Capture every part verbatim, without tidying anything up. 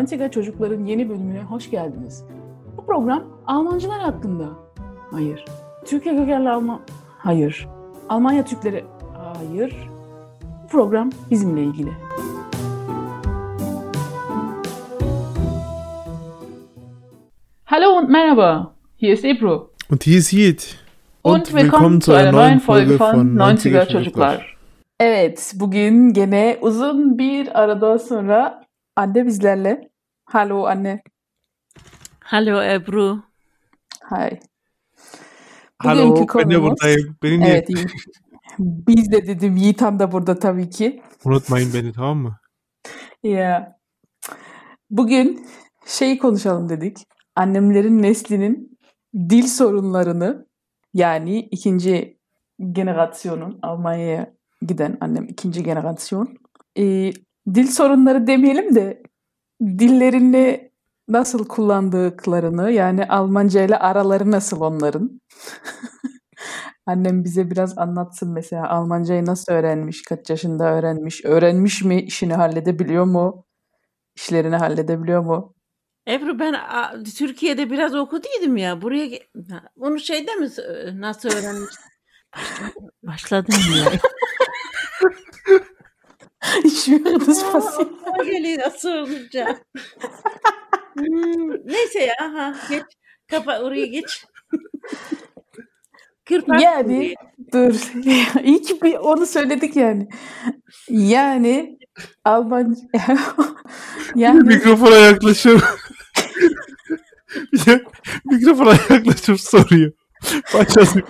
Neunziger Çocukların yeni bölümüne hoş geldiniz. Bu program Almancılar hakkında. Hayır. Türkiye kökenli Alman... Hayır. Almanya Türkleri... Hayır. Bu program bizimle ilgili. Hallo und merhaba. Hier ist Ebru. Und hier ist Yiğit. Und willkommen zu einer neuen Folge von Neunziger Çocuklar. Evet, bugün gene uzun bir aradan sonra anne bizlerle. Hallo anne. Hallo Ebru. Hay. Hallo, ben de buradayım. Beni niye? Evet, iyi. Biz de dedim, Yiğitan da burada tabii ki. Unutmayın beni, tamam mı? Ya. Bugün şeyi konuşalım dedik. Annemlerin neslinin dil sorunlarını, yani ikinci generasyonun, Almanya'ya giden annem ikinci generasyon. Ee, dil sorunları demeyelim de dillerini nasıl kullandıklarını, yani Almanca ile araları nasıl onların. Annem bize biraz anlatsın mesela, Almancayı nasıl öğrenmiş, kaç yaşında öğrenmiş, öğrenmiş mi, işini halledebiliyor mu, işlerini halledebiliyor mu? Ebru, ben a, Türkiye'de biraz okuduydum ya. Buraya ge- Ha, bunu şeyde mi e, nasıl öğrenmiş? Başladım, başladım ya. Ich schwöre, das passiert. Aklıma geliyor nasıl olunca. Hmm, neyse ya. Ha, geç. Kapa oraya geç. Kırpak Yani orayı. dur. İyi ki bir onu söyledik yani. Yani Almanca yani Mikrofona yaklaşıp mikrofona yaklaşıp soruyor. Başlasın.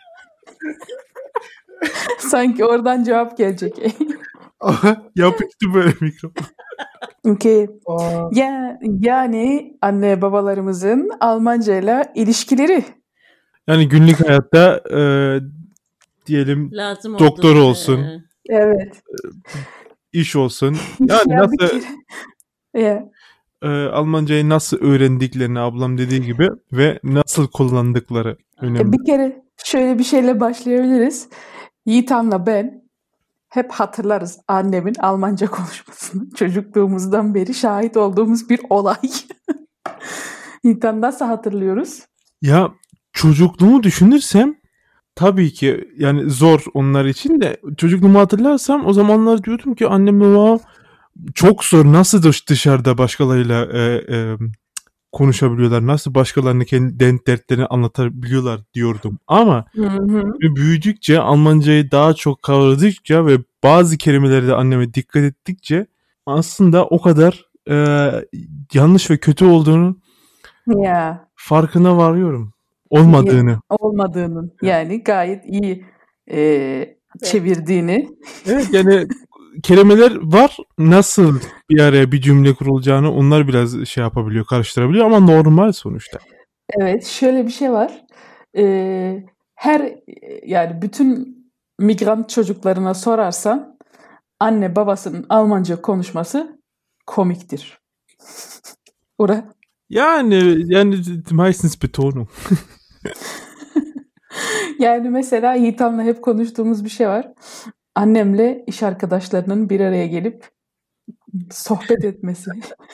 sanki oradan cevap gelecek. Yapıştı böyle mikrofon. Okay. Aa. Ya, yani anne babalarımızın Almanca ile ilişkileri. Yani günlük hayatta e, diyelim Lazım doktor olduğunda, olsun, e, Evet. iş olsun. Yani Ya bir nasıl kere. Ya. e, Almancayı nasıl öğrendiklerini ablam dediği gibi ve nasıl kullandıkları E, önemli. Bir kere şöyle bir şeyle başlayabiliriz. Yiğitan'la ben hep hatırlarız annemin Almanca konuşmasını. Çocukluğumuzdan beri şahit olduğumuz bir olay. Yiğitan nasıl hatırlıyoruz? Ya çocukluğumu düşünürsem tabii ki yani zor onlar için de çocukluğumu hatırlarsam o zamanlar diyordum ki annemle babam çok zor, nasıl dış dışarıda başkalarıyla e, e, konuşabiliyorlar, nasıl başkalarına kendi dert dertlerini anlatabiliyorlar diyordum. Ama Hı hı. büyüdükçe, Almancayı daha çok kavradıkça ve bazı kelimelere de anneme dikkat ettikçe aslında o kadar e, yanlış ve kötü olduğunu Ya. farkına varıyorum. Ya, Olmadığını. olmadığının, yani gayet iyi e, evet. çevirdiğini. Evet, yani kelimeler var, nasıl bir araya bir cümle kurulacağını onlar biraz şey yapabiliyor, karıştırabiliyor ama normal sonuçta. Evet, şöyle bir şey var. E, her yani bütün migrant çocuklarına sorarsan anne babasının Almanca konuşması komiktir. Ora. Yani yani meistens Betonung. Yani mesela Yiğitan'la hep konuştuğumuz bir şey var. Annemle iş arkadaşlarının bir araya gelip sohbet etmesi.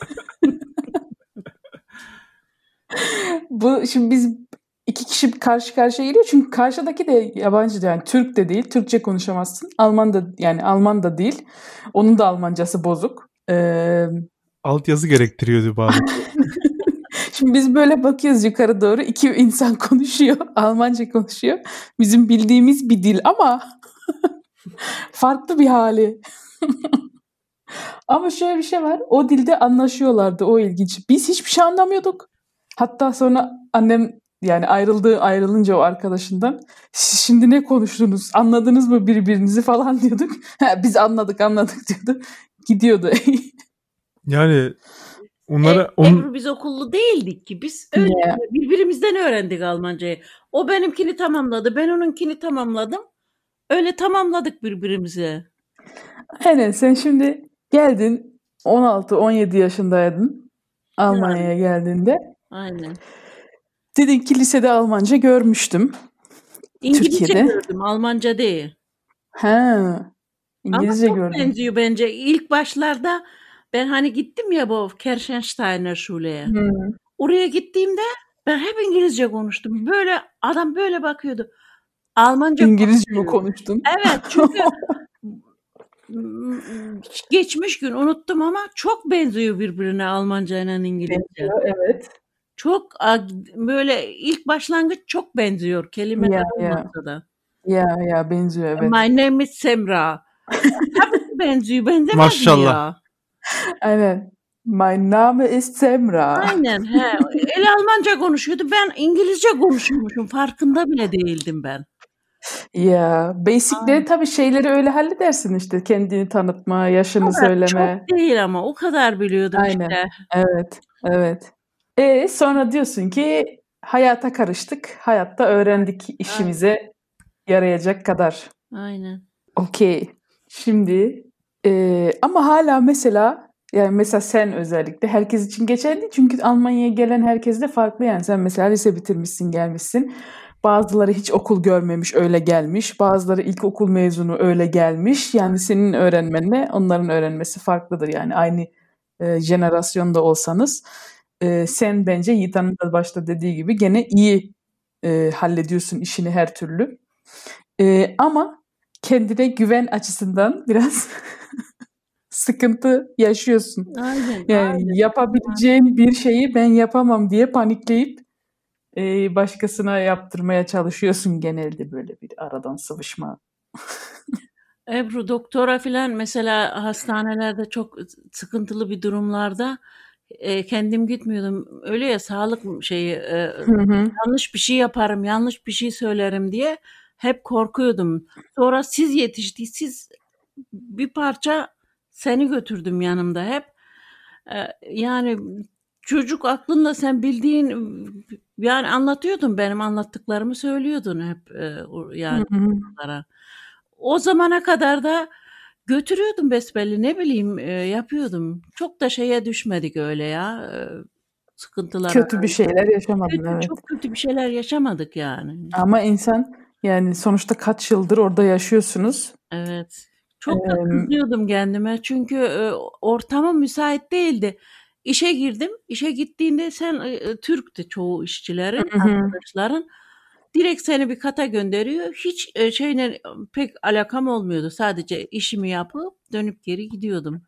Bu şimdi biz iki kişi karşı karşıya geliyor çünkü karşıdaki de yabancı, yani Türk de değil, Türkçe konuşamazsın. Alman da, yani Alman da değil. Onun da Almancası bozuk. Ee, Altyazı gerektiriyordu bazı. Şimdi biz böyle bakıyoruz yukarı doğru, iki insan konuşuyor, Almanca konuşuyor. Bizim bildiğimiz bir dil ama farklı bir hali. Ama şöyle bir şey var, o dilde anlaşıyorlardı, o ilginç. Biz hiçbir şey anlamıyorduk. Hatta sonra annem, yani ayrıldığı ayrılınca o arkadaşından, siz şimdi ne konuştunuz, anladınız mı birbirinizi falan diyorduk. Ha, biz anladık anladık diyordu. Gidiyordu. Yani onlara E, on... Ebru, biz okullu değildik ki. Biz öyle Yeah. birbirimizden öğrendik Almancayı. O benimkini tamamladı, ben onunkini tamamladım. Öyle tamamladık birbirimize. Aynen, sen şimdi geldin, on altı on yedi yaşındaydın Almanya'ya Yani geldiğinde. aynen. Dedin ki lisede Almanca görmüştüm İngilizce Türkiye'de. gördüm, Almanca değil. Ha, Ama İngilizce çok gördüm. benziyor bence. İlk başlarda Ben hani gittim ya bu Kerşensteiner Schule'ye. Hmm. Oraya gittiğimde ben hep İngilizce konuştum. Böyle adam böyle bakıyordu. Almanca İngilizce mi konuşuyor. konuştun? Evet çünkü geçmiş gün unuttum ama çok benziyor birbirine Almanca ile İngilizce. Benziyor, evet. Çok böyle ilk başlangıç çok benziyor kelimeler Ya olmasa ya. da. Ya ya benziyor, evet. My name is Semra. Tabii ki benziyor. Benzemez mi Maşallah. ya? Aynen. My name is Semra. Aynen. He. El Almanca konuşuyordu. Ben İngilizce konuşuyormuşum. Farkında bile değildim ben. Ya basic'leri Aynen. tabii şeyleri öyle halledersin işte. Kendini tanıtma, yaşını O kadar söyleme. çok değil ama o kadar biliyordum Aynen. işte. Evet. Evet. E sonra diyorsun ki hayata karıştık. Hayatta öğrendik işimize yarayacak kadar. Aynen. Okey. Şimdi e, ama hala mesela yani mesela sen özellikle herkes için geçerli değil. Çünkü Almanya'ya gelen herkes de farklı yani. Sen mesela lise bitirmişsin, gelmişsin. Bazıları hiç okul görmemiş, öyle gelmiş. Bazıları ilkokul mezunu, öyle gelmiş. Yani senin öğrenmenle onların öğrenmesi farklıdır. Yani aynı e, jenerasyonda olsanız. E, sen bence Yiğitan'ın da başta dediği gibi gene iyi e, hallediyorsun işini her türlü. E, ama kendine güven açısından biraz sıkıntı yaşıyorsun. Aynen. Yani Aynen. yapabileceğin bir şeyi ben yapamam diye panikleyip e, başkasına yaptırmaya çalışıyorsun, genelde böyle bir aradan sıvışma. Ebru doktora filan mesela hastanelerde çok sıkıntılı bir durumlarda e, kendim gitmiyordum. Öyle ya sağlık şeyi e, Hı hı. yanlış bir şey yaparım, yanlış bir şey söylerim diye hep korkuyordum. Sonra siz yetişti, siz bir parça seni götürdüm yanımda hep. E, yani çocuk aklınla sen bildiğin yani anlatıyordun, benim anlattıklarımı söylüyordun hep e, o- yani Hı hı. çocuklara. O zamana kadar da götürüyordum besbelli ne bileyim e, yapıyordum. Çok da şeye düşmedik öyle ya e, sıkıntılara. Kötü bir şeyler yaşamadın, Kötü, evet. çok kötü bir şeyler yaşamadık yani. Ama insan yani sonuçta kaç yıldır orada yaşıyorsunuz. Evet. Çok da Eee, kızıyordum kendime çünkü e, ortamım müsait değildi. İşe girdim. İşe gittiğinde sen e, e, Türk'tü çoğu işçilerin, Hı hı. arkadaşların. Direkt seni bir kata gönderiyor. Hiç e, şeyle pek alakam olmuyordu. Sadece işimi yapıp dönüp geri gidiyordum.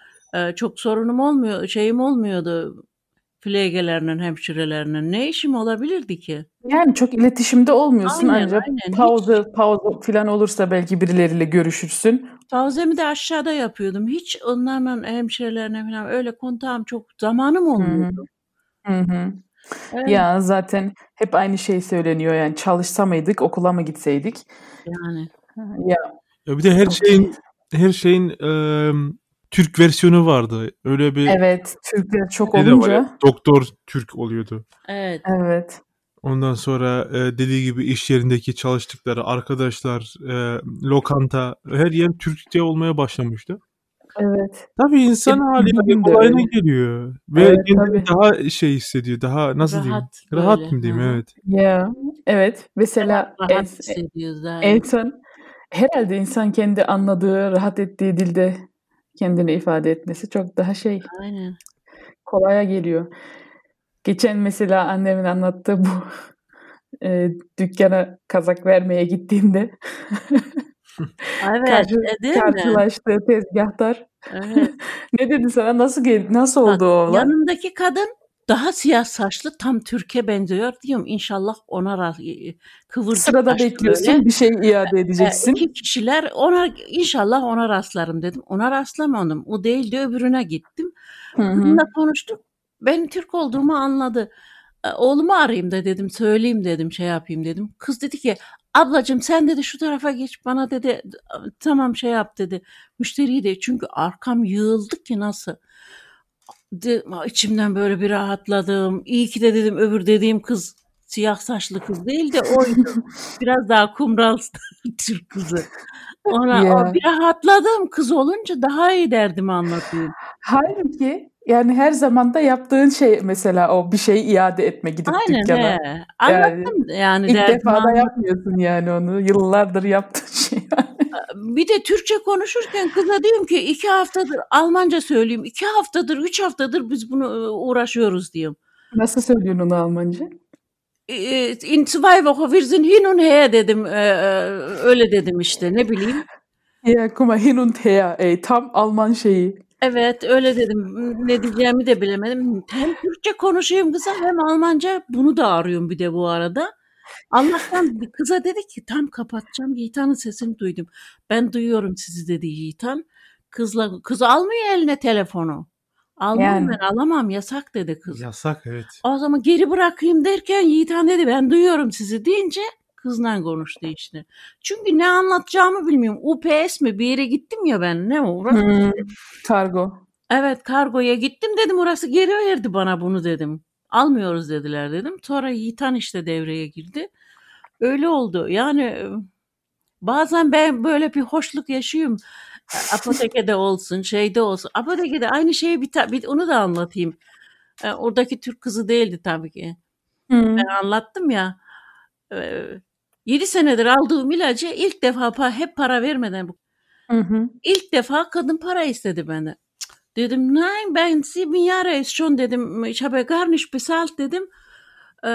E, çok sorunum olmuyor, şeyim olmuyordu. Pflegelerinin, hemşirelerinin. Ne işim olabilirdi ki? Yani çok iletişimde olmuyorsun, Aynen, ancak aynen. Hiç pauza pauza falan olursa belki birileriyle görüşürsün. Tavzemi de aşağıda yapıyordum. Hiç onlarla hemşirelerine falan öyle kontağım çok zamanım Hı hı. olmuyordu. Hı hı. Evet, Ya zaten hep aynı şey söyleniyor yani, çalışsa mıydık, okula mı gitseydik? yani. Ya Ya bir de her okey. şeyin her şeyin eee, Türk versiyonu vardı. Öyle bir Evet, Türkler çok şey de var ya, olunca. doktor Türk oluyordu. Evet. Evet. Ondan sonra e, dediği gibi iş yerindeki çalıştıkları arkadaşlar, e, lokanta, her yer Türkçe olmaya başlamıştı. Evet. Tabii insan E, haliyle bugün de kolayına öyle. geliyor ve Evet, kendini tabii. daha şey hissediyor. Daha nasıl diyeyim? Rahat Rahat böyle. mı diyeyim? Hı. Evet. Ya, evet. Mesela Rahat, en, rahat hissediyoruz en daim. son herhalde insan kendi anladığı, rahat ettiği dilde kendini ifade etmesi çok daha şey, Aynen. kolaya geliyor. Geçen mesela annemin anlattığı bu e, dükkana kazak vermeye gittiğinde Evet, karşı, e, değil mi? karşılaştığı tezgahtar Evet. ne dedi sana? Nasıl gel nasıl Bak, oldu o olay? yanındaki kadın daha siyah saçlı, tam Türkiye benziyor. Diyorum inşallah ona ra- kıvırcık Sırada saçlı böyle. bekliyorsun, bir şey iade E, edeceksin. iki kişiler ona inşallah ona rastlarım dedim. Ona rastlamadım. O değildi, öbürüne gittim. Hı hı. Onunla konuştuk. Ben Türk olduğumu anladı. E, Oğlumu arayayım da dedim, söyleyeyim dedim, şey yapayım dedim. Kız dedi ki, ablacığım sen dedi şu tarafa geç, bana dedi tamam şey yap dedi. Müşteriyi de çünkü arkam yığıldı ki nasıl. De, içimden böyle bir rahatladım. İyi ki de dedim öbür dediğim kız siyah saçlı kız değil de oydu. Biraz daha kumral Türk kızı. Ona o Ya. bir rahatladım, kız olunca daha iyi derdimi anlatayım. Halbuki yani her zaman da yaptığın şey mesela o bir şey iade etme, gidip Aynen dükkana. he. Yani Anlattım yani ilk derdimi defa da anlattım. yapmıyorsun yani onu. Yıllardır yaptığın şey. Bir de Türkçe konuşurken kıza diyorum ki iki haftadır Almanca söyleyeyim. iki haftadır, üç haftadır biz bunu e, uğraşıyoruz diyorum. Nasıl söylüyorsun onu Almanca? E, In zwei Wochen wir sind hin und her dedim. E, e, öyle dedim işte ne bileyim. Ya guck mal, hin und her. Ey, tam Alman şeyi. Evet öyle dedim. Ne diyeceğimi de bilemedim. Hem Türkçe konuşayım kıza hem Almanca bunu da arıyorum bir de bu arada. Allah'tan bir kıza dedi ki tam kapatacağım. Yiğitan'ın sesini duydum. Ben duyuyorum sizi dedi Yiğitan. Kızla, kız almıyor eline telefonu. Almam Yani. ben alamam yasak dedi kız. Yasak evet. O zaman geri bırakayım derken Yiğitan dedi ben duyuyorum sizi deyince kızla konuştu işte. Çünkü ne anlatacağımı bilmiyorum. U P S mi bir yere gittim ya ben ne o orası? Hmm, kargo. Evet kargoya gittim dedim orası geri verdi bana bunu dedim. Almıyoruz dediler dedim. Sonra Yiğitan işte devreye girdi. Öyle oldu. Yani e, bazen ben böyle bir hoşluk yaşıyorum. E, Apotekede olsun, şeyde olsun. Apotekede aynı şeyi bir, ta- bir onu da anlatayım. E, oradaki Türk kızı değildi tabii ki. Hmm. Ben anlattım ya. E, yedi senedir aldığım ilacı ilk defa pa- hep para vermeden Hı hı. ilk defa kadın para istedi benden. Cık, dedim nein ben sieben Jahre ist schon dedim. Ich habe gar nicht bezahlt dedim. Ee,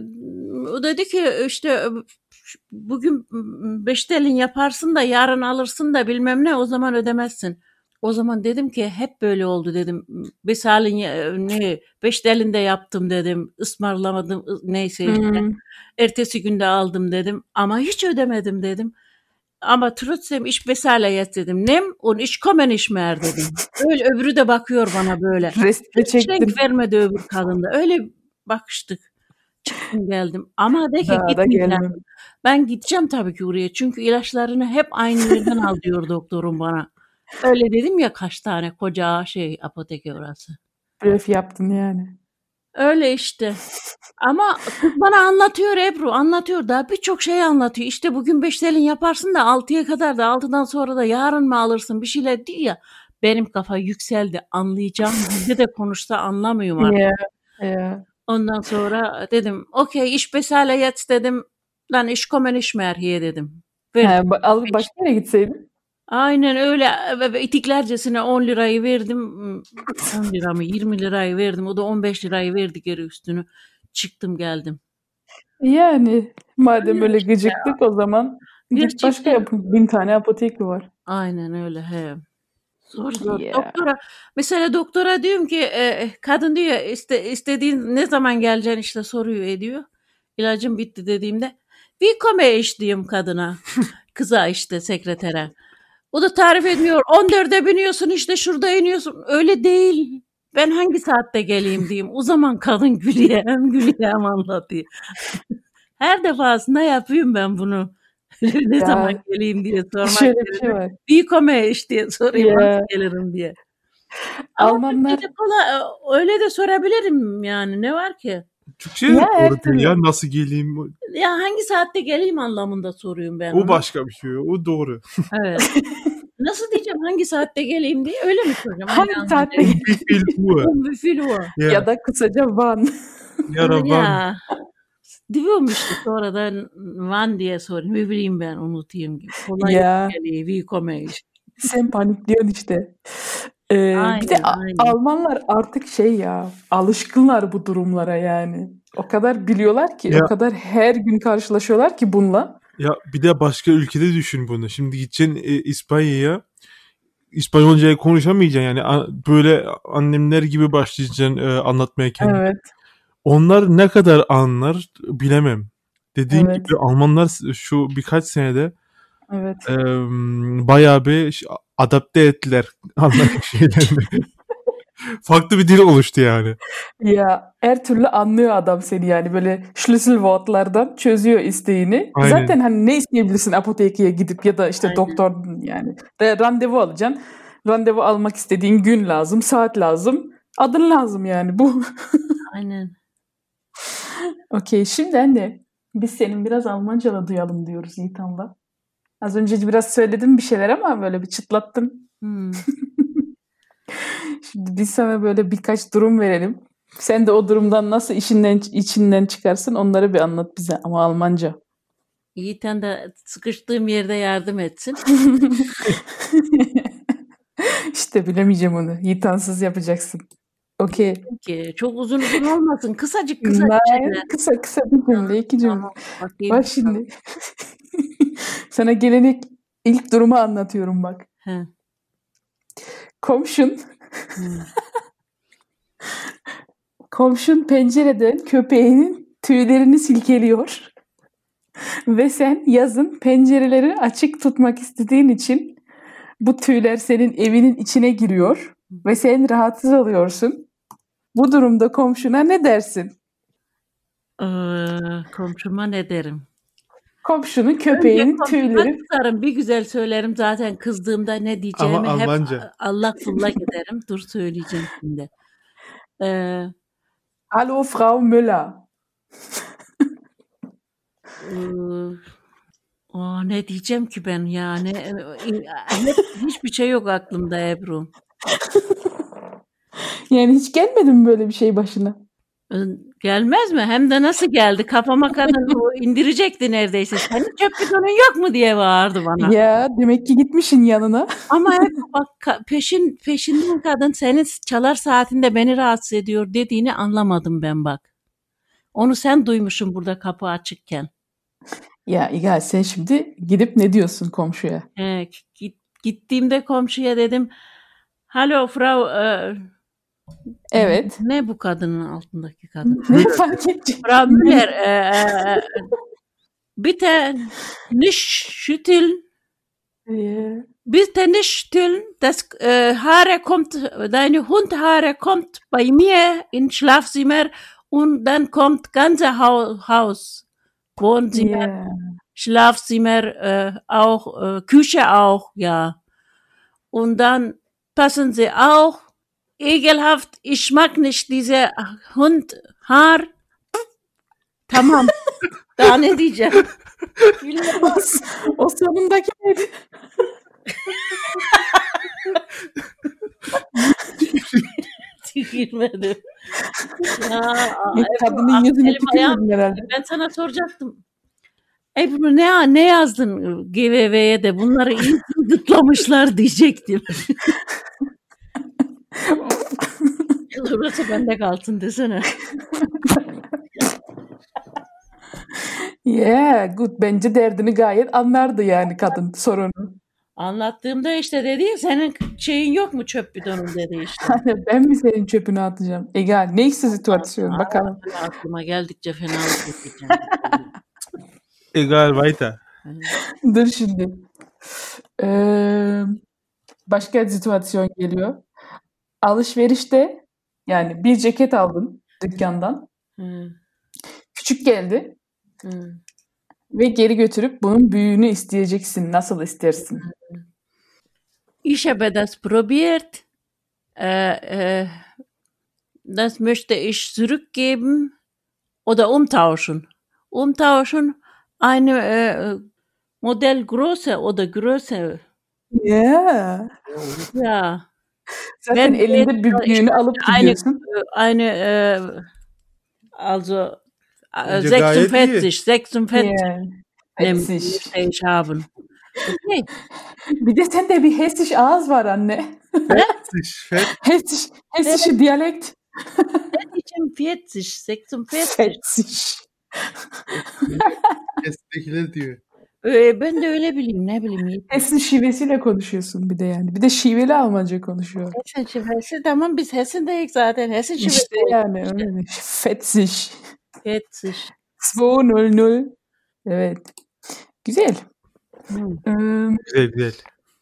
o dedi ki işte bugün beştelin yaparsın da yarın alırsın da bilmem ne o zaman ödemezsin. O zaman dedim ki hep böyle oldu dedim. Besalin ne beştelinde yaptım dedim. Ismarlamadım neyse işte. Hmm. Ertesi günde aldım dedim ama hiç ödemedim dedim. Ama trotzdem ich bezahle jetzt dedim. Nem und ich komme nicht mehr dedim. Öyle öbürü de bakıyor bana böyle. Resmi Hiç çektim. renk vermedi öbür kadın da. Öyle bakıştık. Çıktım geldim. Ama de ki Daha da gitmeyeceğim. gelmem. Ben gideceğim tabii ki oraya. Çünkü ilaçlarını hep aynı yerden al diyor doktorum bana. Öyle dedim ya kaç tane koca şey apoteke orası. Blöf yaptın yani. Öyle işte. Ama kız bana anlatıyor Ebru anlatıyor daha birçok şey anlatıyor. İşte bugün beştelin yaparsın da altıya kadar da altıdan sonra da yarın mı alırsın bir şeyler diyor ya. Benim kafa yükseldi anlayacağım. Bizde de konuşsa anlamıyorum artık. Ya. Ya. Ondan sonra dedim okey iş besale yet dedim. Lan iş komen iş merhiye dedim. Verdim. Ha, ba- al başka yere gitseydin. Aynen öyle ve- ve itiklercesine on lirayı verdim. on lira mı yirmi lirayı verdim. O da on beş lirayı verdi geri üstünü. Çıktım geldim. Yani madem Öyle öyle işte ya. gıcıktık o zaman git başka Gerçekten. yapın. Bin tane apotek var. Aynen öyle he. Zor zor. Ya. Doktora mesela doktora diyorum ki e, kadın diyor iste, istediğin ne zaman geleceksin işte soruyor ediyor. İlacım bitti dediğimde bir kome iş diyorum kadına. Kıza işte sekretere. O da tarif ediyor. on dörde biniyorsun işte şurada iniyorsun. Öyle değil. Ben hangi saatte geleyim diyeyim. O zaman kadın gülüyor hem gülüyor hem anlatıyor. Her defasında yapıyorum ben bunu. Ne Ya. zaman geleyim diye sormak Şöyle bir şey yerine var. bir kome iş diye sorayım Ya. nasıl gelirim diye. Ama Almanlar Türkçe'de kolay öyle de sorabilirim yani ne var ki? Türkçe de ya her doğru değil türlü. ya. Nasıl geleyim? Ya hangi saatte geleyim anlamında soruyorum ben O onu. başka bir şey. O doğru. Evet. Nasıl diyeceğim hangi saatte geleyim diye öyle mi soracağım? Hangi Hangi saatte anlamda? Bir fil Uhr. Um wie viel Uhr? Ya. ya da kısaca Van. Ya da Van. Ya. Diyorum işte sonradan Van diye sorayım. Ne bileyim ben unutayım gibi. Kolay Ya. geliyor. Wie komme ich? Sen panikliyorsun işte. Ee, bir de Aynen A- aynen. Almanlar artık şey ya alışkınlar bu durumlara yani. O kadar biliyorlar ki, Ya. o kadar her gün karşılaşıyorlar ki bununla. Ya bir de başka ülkede düşün bunu. Şimdi gideceksin e, İspanya'ya. İspanyolcayı konuşamayacaksın yani. A- Böyle annemler gibi başlayacaksın e, anlatmaya kendini. Evet, Onlar ne kadar anlar bilemem. Dediğin evet, gibi Almanlar şu birkaç senede evet. e, bayağı bir ş- adapte ettiler anladık şeylerini. Farklı bir dil oluştu yani. Ya her türlü anlıyor adam seni yani böyle Schlüsselwortlardan çözüyor isteğini. Aynen. Zaten hani ne isteyebilirsin apotekeye gidip ya da işte Aynen. doktor yani Re- randevu alacaksın. Randevu almak istediğin gün lazım, saat lazım, adın lazım yani bu. Aynen. Okey, şimdi anne biz senin biraz Almancalı duyalım diyoruz Yiğitan'la. Az önce biraz söyledim bir şeyler ama böyle bir çıtlattım. Hmm. Şimdi biz sana böyle birkaç durum verelim. Sen de o durumdan nasıl işinden içinden çıkarsın onları bir anlat bize ama Almanca. Yiğiten de sıkıştığım yerde yardım etsin. İşte bilemeyeceğim onu. Yitansız yapacaksın. Okey. Peki, çok uzun uzun olmasın. Kısacık kısacık Nein, şeyler. kısa kısa bir cümle, iki cümle. Tamam, bakayım. Bak şimdi. Sana gelenek ilk durumu anlatıyorum bak. He. Komşun Hı. komşun pencereden köpeğinin tüylerini silkeliyor. Ve sen yazın pencereleri açık tutmak istediğin için bu tüyler senin evinin içine giriyor ve sen rahatsız oluyorsun. Bu durumda komşuna ne dersin? Ee, komşuma ne derim? Komşunun Önce köpeğinin komşuma tüyleri kızarım. Bir güzel söylerim zaten kızdığımda ne diyeceğimi Ama hep Almanca. allak bullak ederim. Dur söyleyeceğim şimdi. Ee, Hallo Frau Müller. e, o, ne diyeceğim ki ben yani? E, hep, hiçbir şey yok aklımda Ebru. Yani hiç gelmedi mi böyle bir şey başına? Ee, Gelmez mi? Hem de nasıl geldi? Kafama kadın o indirecekti neredeyse. Senin çöp bidonun yok mu diye bağırdı bana. Ya demek ki gitmişin yanına. Ama hep bak ka- peşin peşinden kadın senin çalar saatinde beni rahatsız ediyor dediğini anlamadım ben bak. Onu sen duymuşsun burada kapı açıkken. Ya İgal sen şimdi gidip ne diyorsun komşuya? He, git, gittiğimde komşuya dedim. Hallo Frau e, Evet. ne bu kadının altındaki kadın? Ne fark edecek? Frau Müller e, e, bitte nicht schütteln. Ya. Bitte nicht stillen, das äh, Haare kommt, deine Hundhaare kommt bei mir ins Schlafzimmer und dann kommt ganze Hau- Haus, Wohnzimmer, Ya. Schlafzimmer, äh, auch äh, Küche auch, ja. Und dann passen Sie auch, ekelhaft, ich mag nicht diese Hundhaar. Tamam, daha ne diyeceğim? O, o sonundaki neydi? Tükürmedim. Ya, Ne, Ebru, kadının yüzüne elim ayağım. tükürmedin herhalde. Ben sana soracaktım. Ebru ne ne yazdın G V V'ye de bunları iyi gıtlamışlar diyecektim. Burası bende kalsın desene. Yeah, good. Bence derdini gayet anlardı yani kadın sorunu. Anlattığımda işte dedi ya senin şeyin yok mu çöp bidonun dedi işte. Hani ben mi senin çöpünü atacağım? Egal. Neyse situasyon. Bakalım. Aa, aklıma geldikçe fenalık yapacağım. Egal weiter. Dur şimdi. Ee, başka bir situasyon geliyor. Alışverişte yani bir ceket aldın dükkandan. Hı, Küçük geldi hı. ve geri götürüp bunun büyüğünü isteyeceksin. Nasıl istersin? Ich habe das probiert. Äh, äh, das möchte ich zurückgeben oder umtauschen. Umtauschen eine äh, Modell größer oder größer. Yeah. Ja. Zaten Wenn elinde wir- bir büyüğünü alıp Eine, gidiyorsun. eine äh, also äh, Bence gayet sechsundvierzig, sechsundvierzig Yeah. nämlich Hessisch. möchte ich haben. Okay. Bir de sende bir Hessisch ağız var anne. Fetzisch, fett. Hessisch, Hessische Dialekt. vierzig, sechsundvierzig. Hessisch. Destekler diyor. Ee, ben de öyle bileyim ne bileyim. Hessen şivesiyle konuşuyorsun bir de yani. Bir de şiveli Almanca konuşuyor. Hessen şivesi tamam biz Hessen'deyiz zaten. Hessen şivesi. İşte yani öyle. Fetzig. vierzig. iki yüz. Evet. Güzel. Hmm. Ee, Güzel güzel.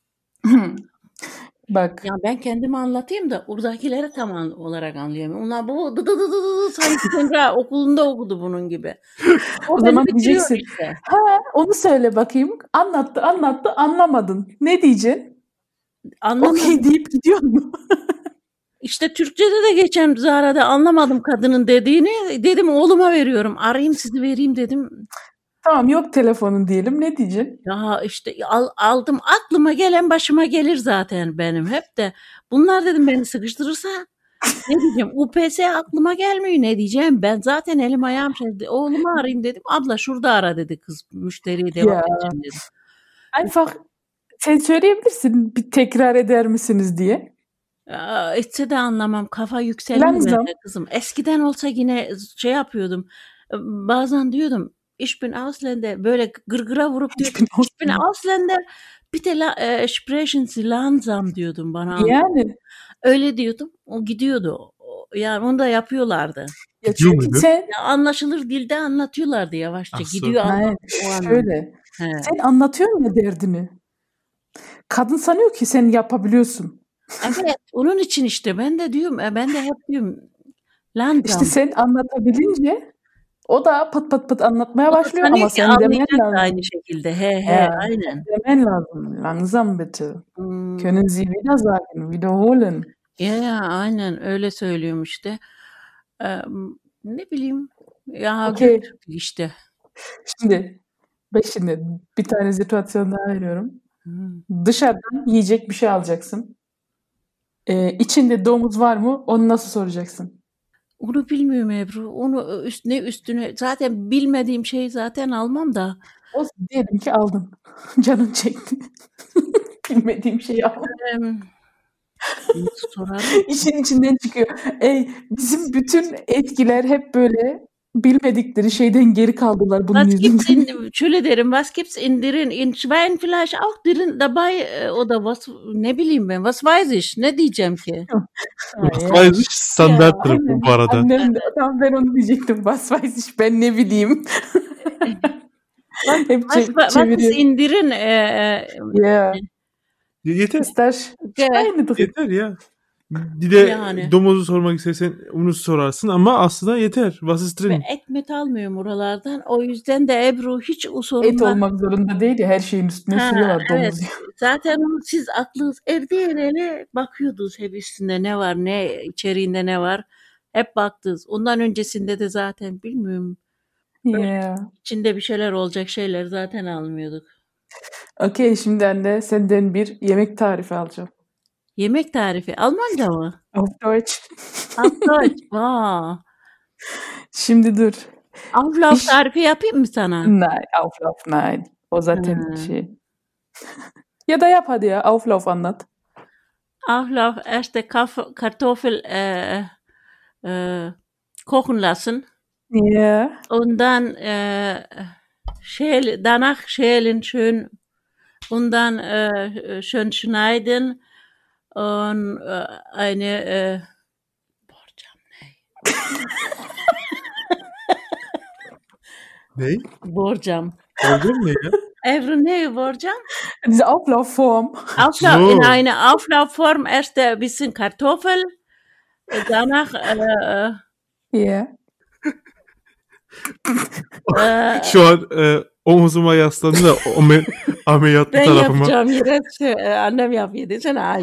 bak. Ya ben kendimi anlatayım da oradakileri tam an- olarak anlayamıyorum. Onlar bu dı dı dı dı dı sanki Semra okulunda okudu bunun gibi. O, O beni zaman bitiriyor diyeceksin. işte. Ha, onu söyle bakayım. Anlattı anlattı anlamadın. Ne diyeceksin? Anlamadım. Okey deyip gidiyor mu? İşte Türkçe'de de geçen Zara'da anlamadım kadının dediğini. Dedim oğluma veriyorum. Arayayım sizi vereyim dedim. Tamam yok telefonun diyelim. Ne diyeceksin? Ya işte al, aldım aklıma gelen başıma gelir zaten benim hep de. Bunlar dedim beni sıkıştırırsa Ne diyeceğim? U P S aklıma gelmiyor. Ne diyeceğim? Ben zaten elim ayağım şeydi. Oğlumu arayayım dedim. Abla şurada ara dedi kız. Müşteriye devam Ya. edeceğim dedi. Einfach sen söyleyebilirsin bir tekrar eder misiniz diye. Aa, etse de anlamam. Kafa yükselmiyor Langsam. bende kızım. Eskiden olsa yine şey yapıyordum. Bazen diyordum ich bin Ausländer böyle gırgıra vurup Ich diyordum bin ich bin Ausländer bitte la, e, sprechen Sie langsam diyordum bana. Yani. Öyle diyordum. O gidiyordu. O- Yani onu da yapıyorlardı. Ya Gidiyor çünkü muydu? sen Ya anlaşılır dilde anlatıyorlardı yavaşça. Ah, so. Gidiyor Hayır, anlatıyor o anlamda. şöyle. He. Sen anlatıyorsun ya derdini. Kadın sanıyor ki sen yapabiliyorsun. Evet, onun için işte ben de diyorum, e, ben de hep diyorum İşte langsam. sen anlatabilince o da pat pat pat anlatmaya O da başlıyor sanıyor ama ki sen demen anlayacak da lazım. aynı şekilde. He he, Ja, aynen. demen lazım. Langsam bitte. Hmm. Können Sie wieder sagen, wiederholen. Ya ya aynen öyle söylüyorum işte. Ee, ne bileyim ya Okey. götürdük işte. Şimdi ben şimdi bir tane situasyon daha veriyorum. Hmm. Dışarıdan yiyecek bir şey alacaksın. Ee, içinde domuz var mı? Onu nasıl soracaksın? Onu bilmiyorum Ebru. Onu üstüne üstüne zaten bilmediğim şeyi zaten almam da. O diyelim ki aldın. Canın çekti. Bilmediğim şeyi aldın. Em, nasıl sorarım? İşin içinden çıkıyor. Ey, bizim bütün etkiler hep böyle bilmedikleri şeyden geri kaldılar bunun Was gibt's yüzünden. in, şöyle derim, was gibt's in drin, in Schwein vielleicht auch drin dabei e, oder was, ne bileyim ben, was weiß ich, ne diyeceğim ki? Ha, Was ya. weiß ich standarttır bu Aynen. bu arada. Annem de, tam ben onu diyecektim. Was weiß ich, ben ne bileyim. Was, Hep was, çe- was ist çeviriyor. in drin? E, e, Ya. Yeter. İster ge- aynı durum. Yeter ya. Bir de Yani. domuzu sormak istersen onu sorarsın ama aslında yeter. Was ist Ben drin? et met almıyorum oralardan. O yüzden de Ebru hiç o Et sorunlar. olmak zorunda değil ya, her şeyin üstüne Ha, sürüyorlar evet. domuz diye. Zaten o siz aklınız evde hele bakıyordunuz hep üstünde ne var, ne içeriğinde ne var. Hep baktınız. Ondan öncesinde de zaten bilmiyorum. Ya. İçinde bir şeyler olacak şeyler zaten almıyorduk. Okey, şimdi anne senden bir yemek tarifi alacağım. Yemek tarifi. Almanca mı? Auf Deutsch. Auf Deutsch. Vaa. Şimdi dur. Auflauf İş... tarifi yapayım mı sana? Nein, Auflauf nein. O zaten Ha. şey. Ya da yap hadi ya. Auflauf anlat. Auflauf erste Kaf- Kartoffel äh, äh, kochen lassen. Ja. Und dann äh, schäl, danach schälen schön und dann äh, schön schneiden und äh, eine äh, borcam ne? Ne? Borcam. Borcam ne ya? Ebru ne borcam? Diese Auflaufform. Auflauf, So. in eine Auflaufform erst ein bisschen Kartoffel, danach äh, Ja. äh, Şu an e, omuzuma yaslandı da ome, ameliyatlı ben tarafıma. yapacağım yine şey, e, annem yapıyor desene ay.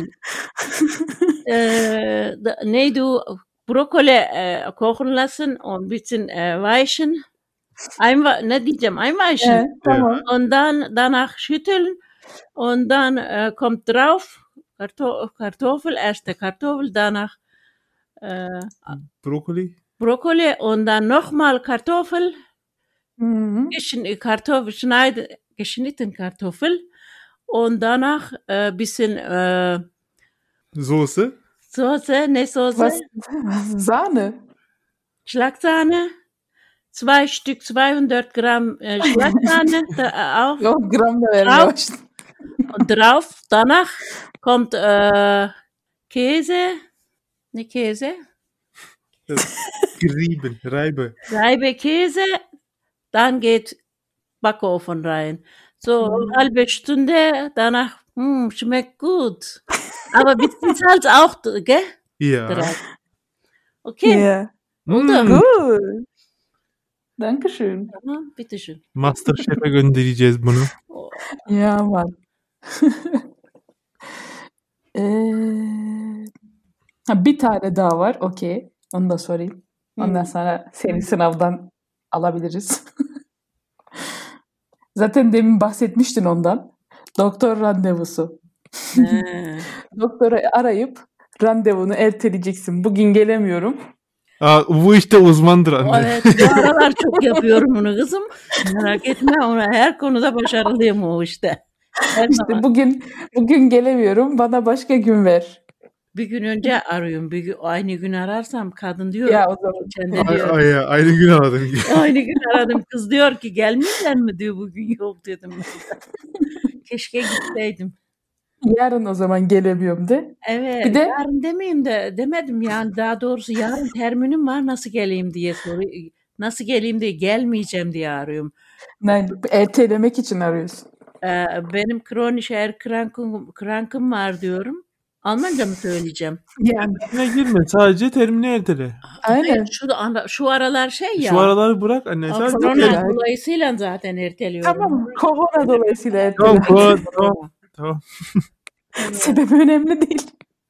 Äh, da- nee, du Brokkoli äh, kochen lassen und ein bisschen äh, weichen. Einwa ne diyeceğim, einweichen. Ja, tamam. Und dann danach schütteln und dann äh, kommt drauf Karto Kartoffel, erste Kartoffel, danach äh, Brokkoli. Brokkoli und dann nochmal Kartoffel, Mhm. geschn Kartoffel schneiden, geschnitten Kartoffel und danach äh, bisschen äh, Soße. Soße, ne Soße, Was? Was? Sahne? Schlagsahne, zwei Stück, zweihundert Gramm äh, Schlagsahne da, äh, auf Yok, gram da vermeye drauf başladım. und drauf. Danach kommt äh, Käse, ne Käse, Gerieben. Reibe. Reibe Käse, dann geht Backofen rein. So Mhm. halbe Stunde, danach hm, schmeckt gut. Aber ein bisschen Salz auch, gell? Ja. Drauf. Okay, Ja. oldu. Hmm. Gut. Dankeschön. Tamam, bitteschön. Masterchef'e göndereceğiz bunu. Oh. Ya Mann. Eee, ha, bir tane daha var. Okey. Onu da sorayım. Ondan Hmm. sonra seni sınavdan alabiliriz. Zaten demin bahsetmiştin ondan. Doktor randevusu. He. Doktoru arayıp randevunu erteleyeceksin. Bugün gelemiyorum. Aa, bu işte uzmandır anne. Evet, bu aralar çok yapıyorum bunu kızım. Merak etme, ona her konuda başarılıyım o işte. Her İşte zaman. bugün bugün gelemiyorum. Bana başka gün ver. Bir gün önce arıyorum. Bir gün, aynı gün ararsam kadın diyor. Ya o zaman. Geçen de Ay, diyor. ay, aynı gün aradım. Aynı gün aradım. Kız diyor ki gelmeyecek mi diyor, bugün yok dedim. Keşke gitseydim. Yarın o zaman gelemiyorum de. Evet, Bir de yarın demeyeyim de demedim yani, daha doğrusu yarın terminim var, nasıl geleyim diye soruyor. Nasıl geleyim diye, gelmeyeceğim diye arıyorum. yani ertelemek için arıyorsun. Ee, benim kronische Erkrankung, krankım var diyorum. Almanca mı söyleyeceğim? Yani Termine girme. Sadece termini ertele. aynen. Hayır, şu, da ara- şu aralar şey ya. Şu araları bırak anne. o Sadece korona termine. dolayısıyla zaten erteliyorum. Tamam. Korona dolayısıyla ertele. Tamam, tamam, tamam. Tamam. Evet. Sebebi önemli değil.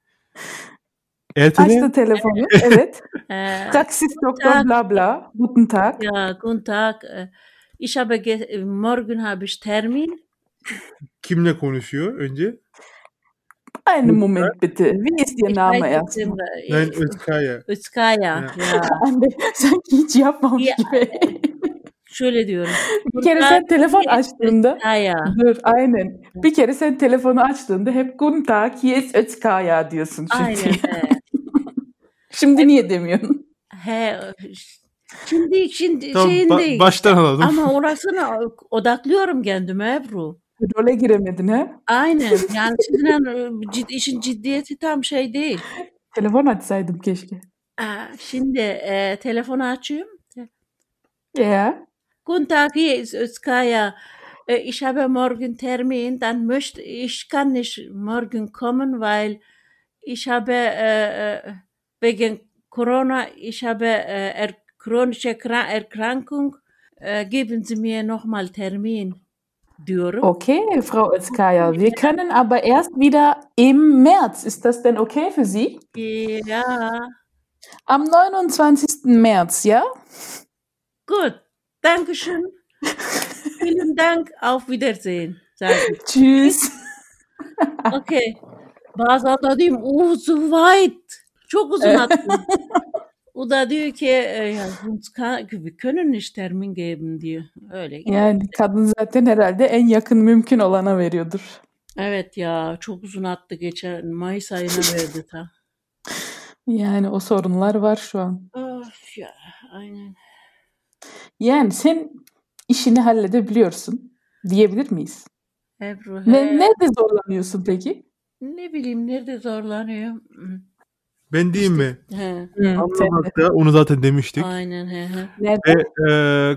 Ertele. Açtı telefonu. Evet. Ee, Praxis Doktor Tag. bla bla. Guten Tag. ja, guten Tag. Äh, Ich habe ge- morgen habe ich Termin. Kimle konuşuyor önce? Einen Moment bitte. Wie ist Ihr Ich Name weiß erstmal? nicht, Nein, äh, Özkaya. Özkaya. Ja. Ya. Anne sanki hiç yapmamış Ya, gibi. şöyle diyorum. Bir kere sen telefon açtığında Özkaya. dur aynen. Bir kere sen telefonu açtığında hep Guten Tag, hier ist Özkaya diyorsun çünkü. Aynen. He. Şimdi niye demiyorsun? He. Şimdi şimdi Tamam, şeyin ba- değil. baştan alalım. Ama orasına odaklıyorum kendime Ebru. Role giremedin ha? Aynen. Yani sizden cid, işin ciddiyeti tam şey değil. Telefon açsaydım keşke. Aa, şimdi e, telefonu açıyorum. Ya. Guten Tag, hier ist Özkaya. Äh, Ich habe morgen Termin, dann möchte ich kann nicht morgen kommen, weil ich habe äh, äh, wegen Corona, ich habe äh, er, chronische Kra- Erkrankung. Äh, geben Sie mir nochmal Termin diyorum. Okay, Frau Özkaya. Wir können aber erst wieder im März. Ist das denn okay für Sie? Ja, Am neunundzwanzigsten März, ja? gut. Dankeschön. Vielen Dank. Auf Wiedersehen. Sage ich. Tschüss. Okay. Bazen da diyeyim, oh so weit. Çok uzun attım. O da diyor ki e, ya, uns kann, wir können nicht Termin geben diyor. Öyle. Yani kadın zaten herhalde en yakın mümkün olana veriyordur. Evet ya, çok uzun attı, geçen Mayıs ayına verdi ta. Yani o sorunlar var şu an. Of ya, aynen. Yani sen işini halledebiliyorsun diyebilir miyiz? Ebru Ne, he, nerede zorlanıyorsun peki? ne bileyim nerede zorlanıyor. Hmm, Ben diyeyim mi? He, Hı, sen de. Anlamakta onu zaten demiştik. aynen he he. Nerede? Ve e,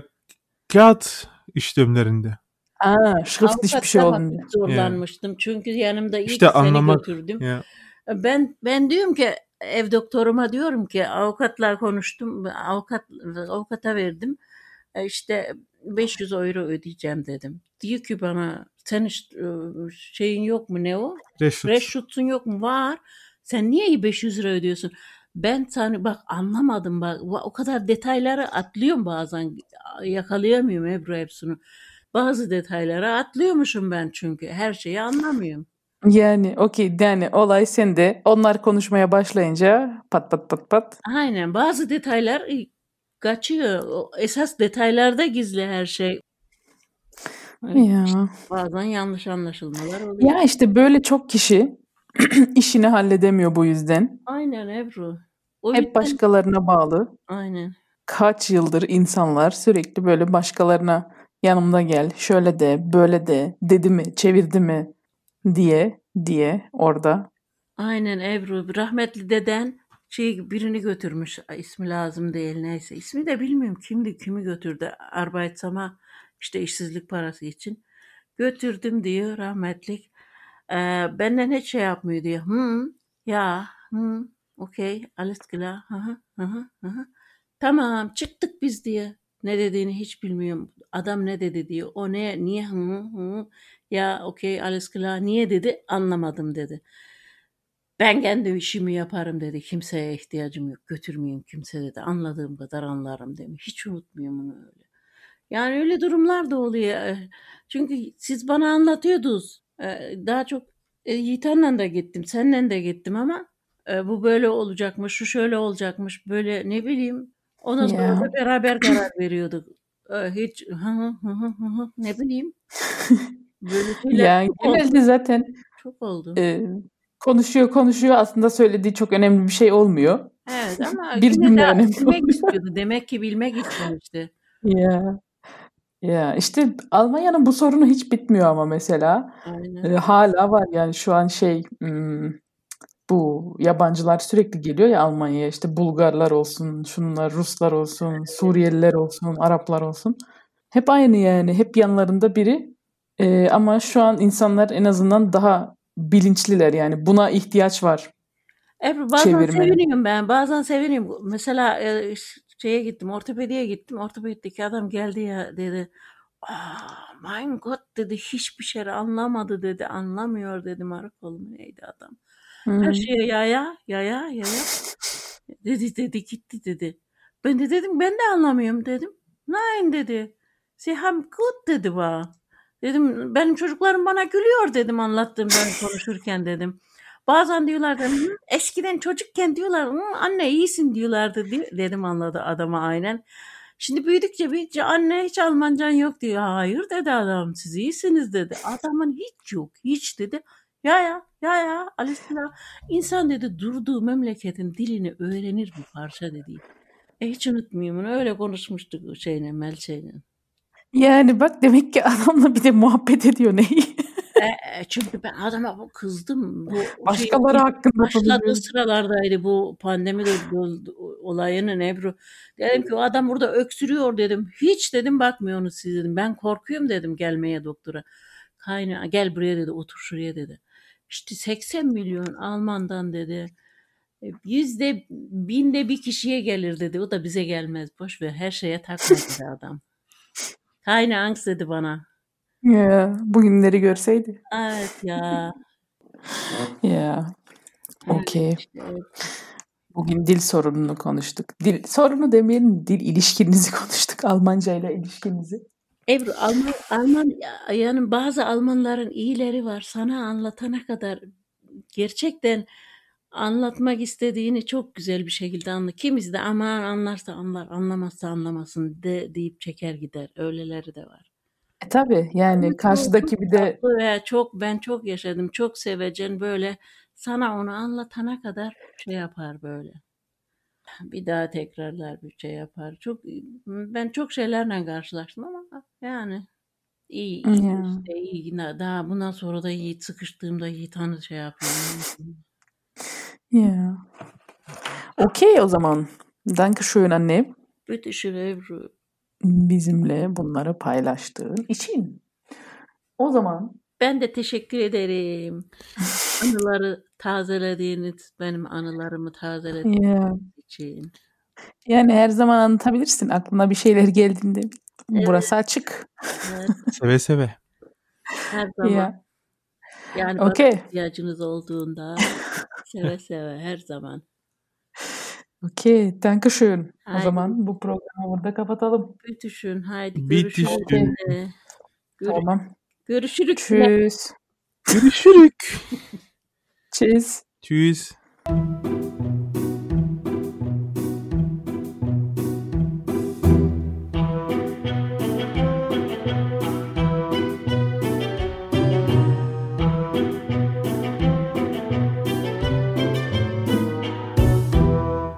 kağıt işlemlerinde. Aa, schriftlich bir şey Avukatla olunca. hafif zorlanmıştım. Çünkü yanımda ilk İşte seni anlamak. götürdüm. Ya. Ben ben diyorum ki ev doktoruma diyorum ki avukatla konuştum. Avukat avukata verdim. E, İşte beş yüz euro ödeyeceğim dedim. Diyor ki bana sen hiç, e, şeyin yok mu, ne o? Reşit. Reşutun yok mu? Var. Sen niye beş yüz lira ödüyorsun? Ben sana bak anlamadım bak, o kadar detayları atlıyorum bazen, yakalayamıyorum Ebru hepsini. Bazı detayları atlıyormuşum ben çünkü her şeyi anlamıyorum. Yani okey yani olay sende. Onlar konuşmaya başlayınca pat pat pat pat. Aynen, bazı detaylar e, kaçıyor. O esas detaylarda gizli her şey. Evet, Ya. bazen yanlış anlaşılmalar oluyor. Ya işte böyle çok kişi işini halledemiyor bu yüzden. Aynen Ebru. O Hep yüzden başkalarına bağlı. aynen. Kaç yıldır insanlar sürekli böyle başkalarına yanımda gel, şöyle de, böyle de, dedi mi, çevirdi mi diye diye orada. Aynen Ebru. Rahmetli deden şey birini götürmüş. Ay, ismi lazım değil, neyse. İsmi de bilmiyorum kimdi, kimi götürdü. Arbeitsama, işte işsizlik parası için. Götürdüm diyor rahmetlik. Ee, benden hiç şey yapmıyor diyor. Hı, ya, hı, okey, alles klar. Hı hı, hı hı, hı hı. Tamam, çıktık biz diye. Ne dediğini hiç bilmiyorum. Adam ne dedi diyor. O ne, niye hı hı. Ya okey, alles klar. Niye dedi? Anlamadım dedi. Ben kendi işimi yaparım dedi. Kimseye ihtiyacım yok. Götürmeyeyim kimse dedi. Anladığım kadar anlarım demiş. Hiç unutmuyorum onu öyle. Yani öyle durumlar da oluyor. Eh, Çünkü siz bana anlatıyordunuz. Eh, Daha çok e, Yiğitan'la da gittim. Seninle de gittim ama E, bu böyle olacakmış, şu şöyle olacakmış, böyle ne bileyim. Ondan sonra Ya. da beraber karar veriyorduk. E, hiç hı hı hı hı hı hı, ne bileyim. Böyle şeyler Ya çok oldu. genelde zaten Çok oldu. e, konuşuyor konuşuyor aslında söylediği çok önemli bir şey olmuyor. Evet ama Bir yine cümle de önemli bilmek oluyor. istiyordu. Demek ki bilmek istemişti. Ya. Ya işte Almanya'nın bu sorunu hiç bitmiyor ama mesela. E, Aynen. hala var yani şu an şey hmm, bu yabancılar sürekli geliyor ya Almanya'ya işte Bulgarlar olsun, şunlar Ruslar olsun, Suriyeliler olsun, Araplar olsun. Hep aynı yani. Hep yanlarında biri. Ee, ama şu an insanlar en azından daha bilinçliler yani. Buna ihtiyaç var Ebru bazen çevirmenin. seviniyorum ben. Bazen seviniyorum. Mesela e, ş- şeye gittim. Ortopediye gittim. Ortopeddeki adam geldi ya dedi. Aa, mein Gott dedi. Hiçbir şey anlamadı dedi. Anlamıyor dedi. Marokolu neydi adam. Her Hmm. şeye yaya yaya yaya. Dedi dedi gitti dedi. Ben de dedim ben de anlamıyorum dedim. Nein dedi. Sie haben gut dedi bana. Dedim benim çocuklarım bana gülüyor dedim anlattığım ben konuşurken dedim. Bazen diyorlardı "Hı, eskiden çocukken diyorlar "Hı, anne iyisin diyorlardı di- dedim anladı adama aynen. Şimdi büyüdükçe büyüdükçe anne hiç Almancan yok diyor. Hayır dedi adam siz iyisiniz dedi. Adamın hiç yok hiç dedi. Ya ya ya ya Alistina İnsan dedi durduğu memleketin dilini öğrenir bir parça dedi. E hiç unutmuyorum onu. Öyle konuşmuştuk şeyle Melçe'yle. Yani bak demek ki adamla bir de muhabbet ediyor neyi? E, e, çünkü ben adama bu kızdım. Bu şey Başkaları ilk hakkında başladığı konuşuyoruz. sıralardaydı bu pandemi de, de- olayının Ebru. Dedim ki o adam burada öksürüyor dedim. Hiç dedim bakmıyorsunuz siz dedim. Ben korkuyorum dedim gelmeye doktora. Kaynağı gel buraya dedi otur şuraya dedi. İşte seksen milyon Almandan dedi. E, Yüzde binde bir kişiye gelir dedi. O da bize gelmez. Boş ver her şeye takma dedi adam. Keine Angst dedi bana. Ya bugünleri görseydi. Evet ya. Ya Evet okey. işte. Bugün dil sorununu konuştuk. Dil sorunu demeyelim, dil ilişkinizi konuştuk. Almanca ile ilişkinizi. Ebru Alman, Alman yani bazı Almanların iyileri var. Sana anlatana kadar gerçekten anlatmak istediğini çok güzel bir şekilde anlar. Kimisi de aman anlarsa anlar, anlamazsa anlamasın de deyip çeker gider. Öyleleri de var. E tabii Ama yani çok, çok karşıdaki bir de tatlı ve çok ben çok yaşadım. Çok sevecen böyle sana onu anlatana kadar şey yapar böyle. Bir daha tekrarlar bir şey yapar. Çok ben çok şeylerle karşılaştım ama yani iyi iyi ya, işte iyi yine daha bundan sonra da iyi sıkıştığımda iyi tanı şey yapıyorum. ya. Okey o zaman. Dankeschön anne. Bitteschön Ebru. Bizimle bunları paylaştığın için. O zaman Ben de teşekkür ederim. Anıları tazelediğiniz, benim anılarımı tazelediğiniz ya, için. yani her zaman anlatabilirsin. Aklına bir şeyler geldiğinde. Evet, Burası açık. evet, Seve seve. her zaman. Ya. Yani bana Okey. ihtiyacınız olduğunda seve seve her zaman. Okey. Dankeschön. O Haydi zaman bu programı burada kapatalım. bitteschön. Haydi görüşürüz. Okey. Bitteschön. Yine. Görüş, Tamam. görüşürüz. Tschüss. Görüşürük. Tschüss. Tschüss.